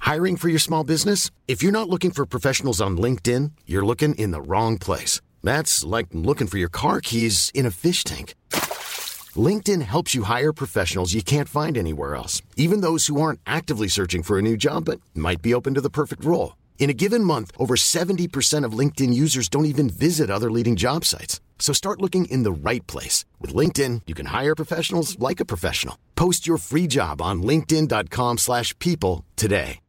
Hiring for your small business? If you're not looking for professionals on LinkedIn, you're looking in the wrong place. That's like looking for your car keys in a fish tank. LinkedIn helps you hire professionals you can't find anywhere else, even those who aren't actively searching for a new job but might be open to the perfect role. In a given month, over 70% of LinkedIn users don't even visit other leading job sites. So start looking in the right place. With LinkedIn, you can hire professionals like a professional. Post your free job on linkedin.com/people today.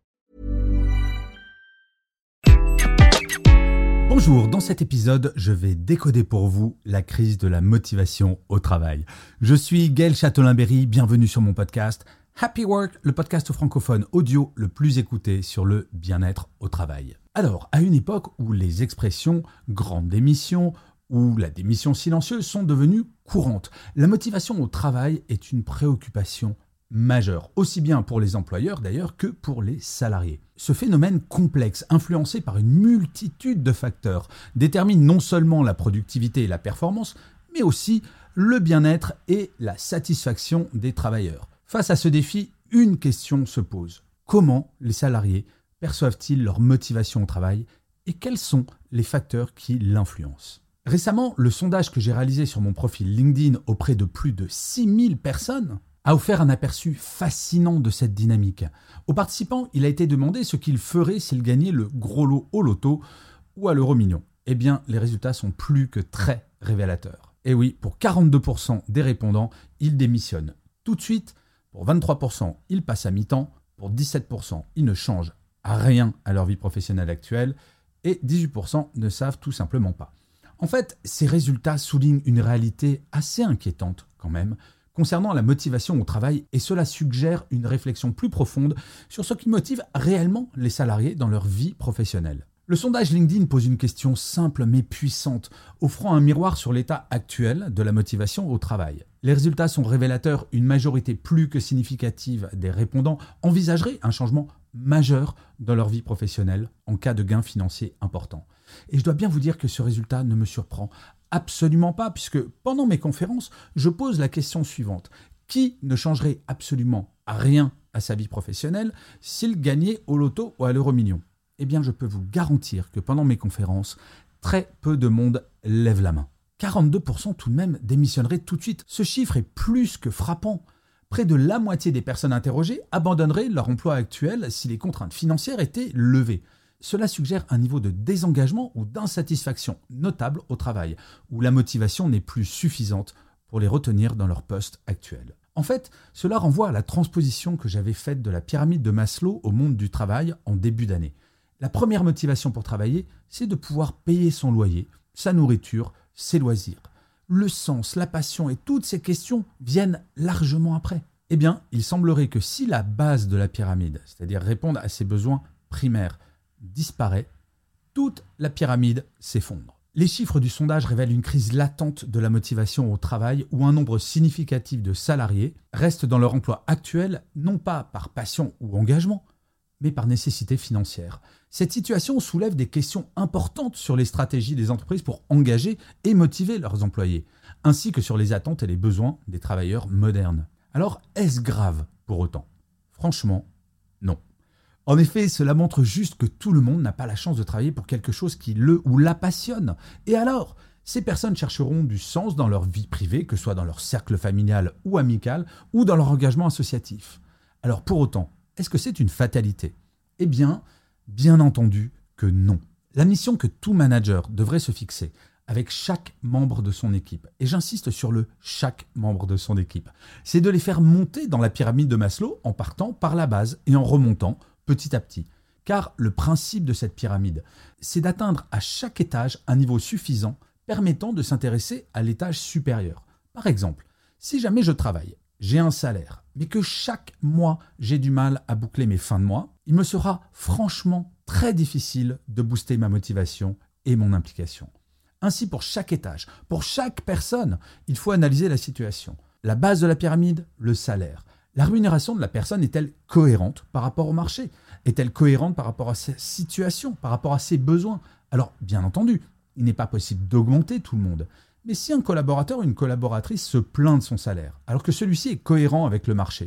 Bonjour, dans cet épisode, je vais décoder pour vous la crise de la motivation au travail. Je suis Gaël Châtelain-Berry, bienvenue sur mon podcast Happy Work, le podcast francophone audio le plus écouté sur le bien-être au travail. Alors, à une époque où les expressions « grande démission » ou la démission silencieuse sont devenues courantes, la motivation au travail est une préoccupation majeure, aussi bien pour les employeurs d'ailleurs que pour les salariés. Ce phénomène complexe, influencé par une multitude de facteurs, détermine non seulement la productivité et la performance, mais aussi le bien-être et la satisfaction des travailleurs. Face à ce défi, une question se pose. Comment les salariés perçoivent-ils leur motivation au travail et quels sont les facteurs qui l'influencent ? Récemment, le sondage que j'ai réalisé sur mon profil LinkedIn auprès de plus de 6000 personnes a offert un aperçu fascinant de cette dynamique. Aux participants, il a été demandé ce qu'ils feraient s'ils gagnaient le gros lot au loto ou à l'euro-million. Eh bien, les résultats sont plus que très révélateurs. Et oui, pour 42% des répondants, ils démissionnent tout de suite. Pour 23%, ils passent à mi-temps. Pour 17%, ils ne changent rien à leur vie professionnelle actuelle. Et 18% ne savent tout simplement pas. En fait, ces résultats soulignent une réalité assez inquiétante quand même, concernant la motivation au travail, et cela suggère une réflexion plus profonde sur ce qui motive réellement les salariés dans leur vie professionnelle. Le sondage LinkedIn pose une question simple mais puissante, offrant un miroir sur l'état actuel de la motivation au travail. Les résultats sont révélateurs, une majorité plus que significative des répondants envisagerait un changement majeur dans leur vie professionnelle en cas de gain financier important. Et je dois bien vous dire que ce résultat ne me surprend absolument pas, puisque pendant mes conférences, je pose la question suivante. Qui ne changerait absolument rien à sa vie professionnelle s'il gagnait au loto ou à l'euro-million ? Eh bien, je peux vous garantir que pendant mes conférences, très peu de monde lève la main. 42% tout de même démissionneraient tout de suite. Ce chiffre est plus que frappant. Près de la moitié des personnes interrogées abandonneraient leur emploi actuel si les contraintes financières étaient levées. Cela suggère un niveau de désengagement ou d'insatisfaction notable au travail, où la motivation n'est plus suffisante pour les retenir dans leur poste actuel. En fait, cela renvoie à la transposition que j'avais faite de la pyramide de Maslow au monde du travail en début d'année. La première motivation pour travailler, c'est de pouvoir payer son loyer, sa nourriture, ses loisirs. Le sens, la passion et toutes ces questions viennent largement après. Eh bien, il semblerait que si la base de la pyramide, c'est-à-dire répondre à ses besoins primaires, disparaît, toute la pyramide s'effondre. Les chiffres du sondage révèlent une crise latente de la motivation au travail où un nombre significatif de salariés restent dans leur emploi actuel, non pas par passion ou engagement, mais par nécessité financière. Cette situation soulève des questions importantes sur les stratégies des entreprises pour engager et motiver leurs employés, ainsi que sur les attentes et les besoins des travailleurs modernes. Alors, est-ce grave pour autant ? Franchement, non. En effet, cela montre juste que tout le monde n'a pas la chance de travailler pour quelque chose qui le ou la passionne. Et alors, ces personnes chercheront du sens dans leur vie privée, que ce soit dans leur cercle familial ou amical, ou dans leur engagement associatif. Alors pour autant, est-ce que c'est une fatalité ? Eh bien entendu que non. La mission que tout manager devrait se fixer avec chaque membre de son équipe, et j'insiste sur le « chaque membre de son équipe », c'est de les faire monter dans la pyramide de Maslow en partant par la base et en remontant petit à petit. Car le principe de cette pyramide, c'est d'atteindre à chaque étage un niveau suffisant permettant de s'intéresser à l'étage supérieur. Par exemple, si jamais je travaille, j'ai un salaire, mais que chaque mois j'ai du mal à boucler mes fins de mois, il me sera franchement très difficile de booster ma motivation et mon implication. Ainsi, pour chaque étage, pour chaque personne, il faut analyser la situation. La base de la pyramide, le salaire. La rémunération de la personne est-elle cohérente par rapport au marché ? Est-elle cohérente par rapport à sa situation, par rapport à ses besoins ? Alors, bien entendu, il n'est pas possible d'augmenter tout le monde. Mais si un collaborateur ou une collaboratrice se plaint de son salaire, alors que celui-ci est cohérent avec le marché,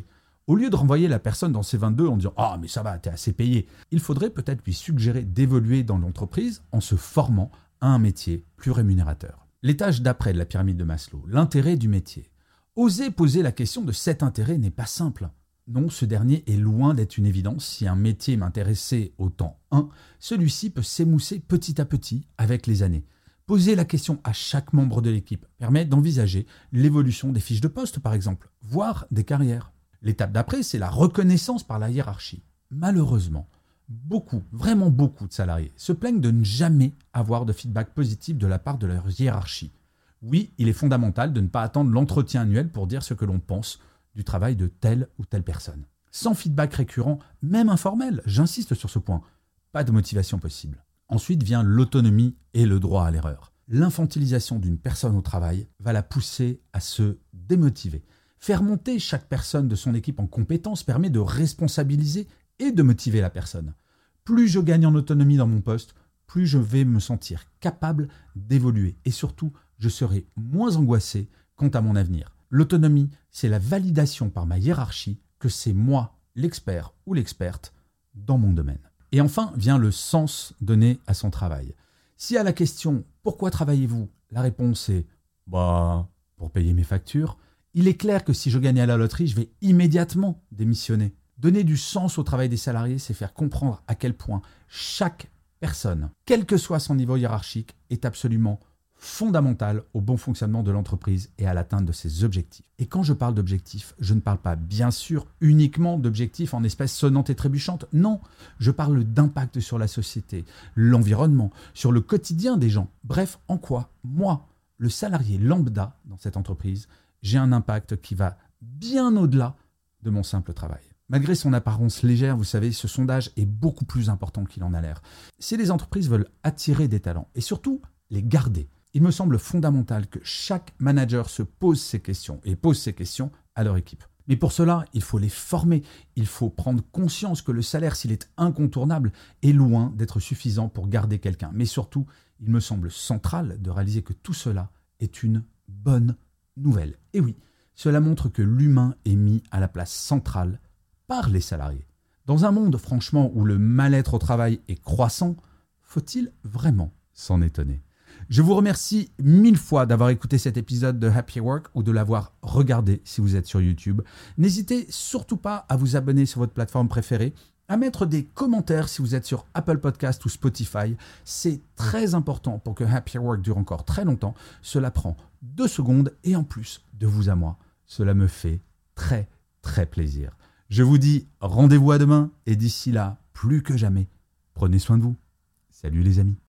Au lieu de renvoyer la personne dans ses 22 en disant « Ah, mais ça va, t'es assez payé », il faudrait peut-être lui suggérer d'évoluer dans l'entreprise en se formant à un métier plus rémunérateur. L'étage d'après de la pyramide de Maslow, l'intérêt du métier. Oser poser la question de cet intérêt n'est pas simple. Non, ce dernier est loin d'être une évidence. Si un métier m'intéressait au temps 1, celui-ci peut s'émousser petit à petit avec les années. Poser la question à chaque membre de l'équipe permet d'envisager l'évolution des fiches de poste, par exemple, voire des carrières. L'étape d'après, c'est la reconnaissance par la hiérarchie. Malheureusement, vraiment beaucoup de salariés se plaignent de ne jamais avoir de feedback positif de la part de leur hiérarchie. Oui, il est fondamental de ne pas attendre l'entretien annuel pour dire ce que l'on pense du travail de telle ou telle personne. Sans feedback récurrent, même informel, j'insiste sur ce point, pas de motivation possible. Ensuite vient l'autonomie et le droit à l'erreur. L'infantilisation d'une personne au travail va la pousser à se démotiver. Faire monter chaque personne de son équipe en compétence permet de responsabiliser et de motiver la personne. Plus je gagne en autonomie dans mon poste, plus je vais me sentir capable d'évoluer et surtout, je serai moins angoissé quant à mon avenir. L'autonomie, c'est la validation par ma hiérarchie que c'est moi, l'expert ou l'experte, dans mon domaine. Et enfin vient le sens donné à son travail. Si à la question « Pourquoi travaillez-vous ?», la réponse est « pour payer mes factures », il est clair que si je gagnais à la loterie, je vais immédiatement démissionner. Donner du sens au travail des salariés, c'est faire comprendre à quel point chaque personne, quel que soit son niveau hiérarchique, est absolument fondamentale au bon fonctionnement de l'entreprise et à l'atteinte de ses objectifs. Et quand je parle d'objectifs, je ne parle pas bien sûr uniquement d'objectifs en espèces sonnantes et trébuchantes. Non, je parle d'impact sur la société, l'environnement, sur le quotidien des gens. Bref, en quoi, moi, le salarié lambda dans cette entreprise, j'ai un impact qui va bien au-delà de mon simple travail. Malgré son apparence légère, vous savez, ce sondage est beaucoup plus important qu'il en a l'air. Si les entreprises veulent attirer des talents et surtout les garder, il me semble fondamental que chaque manager se pose ces questions et pose ces questions à leur équipe. Mais pour cela, il faut les former, il faut prendre conscience que le salaire, s'il est incontournable, est loin d'être suffisant pour garder quelqu'un. Mais surtout, il me semble central de réaliser que tout cela est une bonne nouvelle. Et oui, cela montre que l'humain est mis à la place centrale par les salariés. Dans un monde, franchement, où le mal-être au travail est croissant, faut-il vraiment s'en étonner ? Je vous remercie 1000 fois d'avoir écouté cet épisode de Happy Work ou de l'avoir regardé si vous êtes sur YouTube. N'hésitez surtout pas à vous abonner sur votre plateforme préférée, à mettre des commentaires si vous êtes sur Apple Podcast ou Spotify. C'est très important pour que Happy Work dure encore très longtemps. Cela prend 2 secondes et en plus, de vous à moi, cela me fait très très plaisir. Je vous dis rendez-vous à demain et d'ici là, plus que jamais, prenez soin de vous. Salut les amis.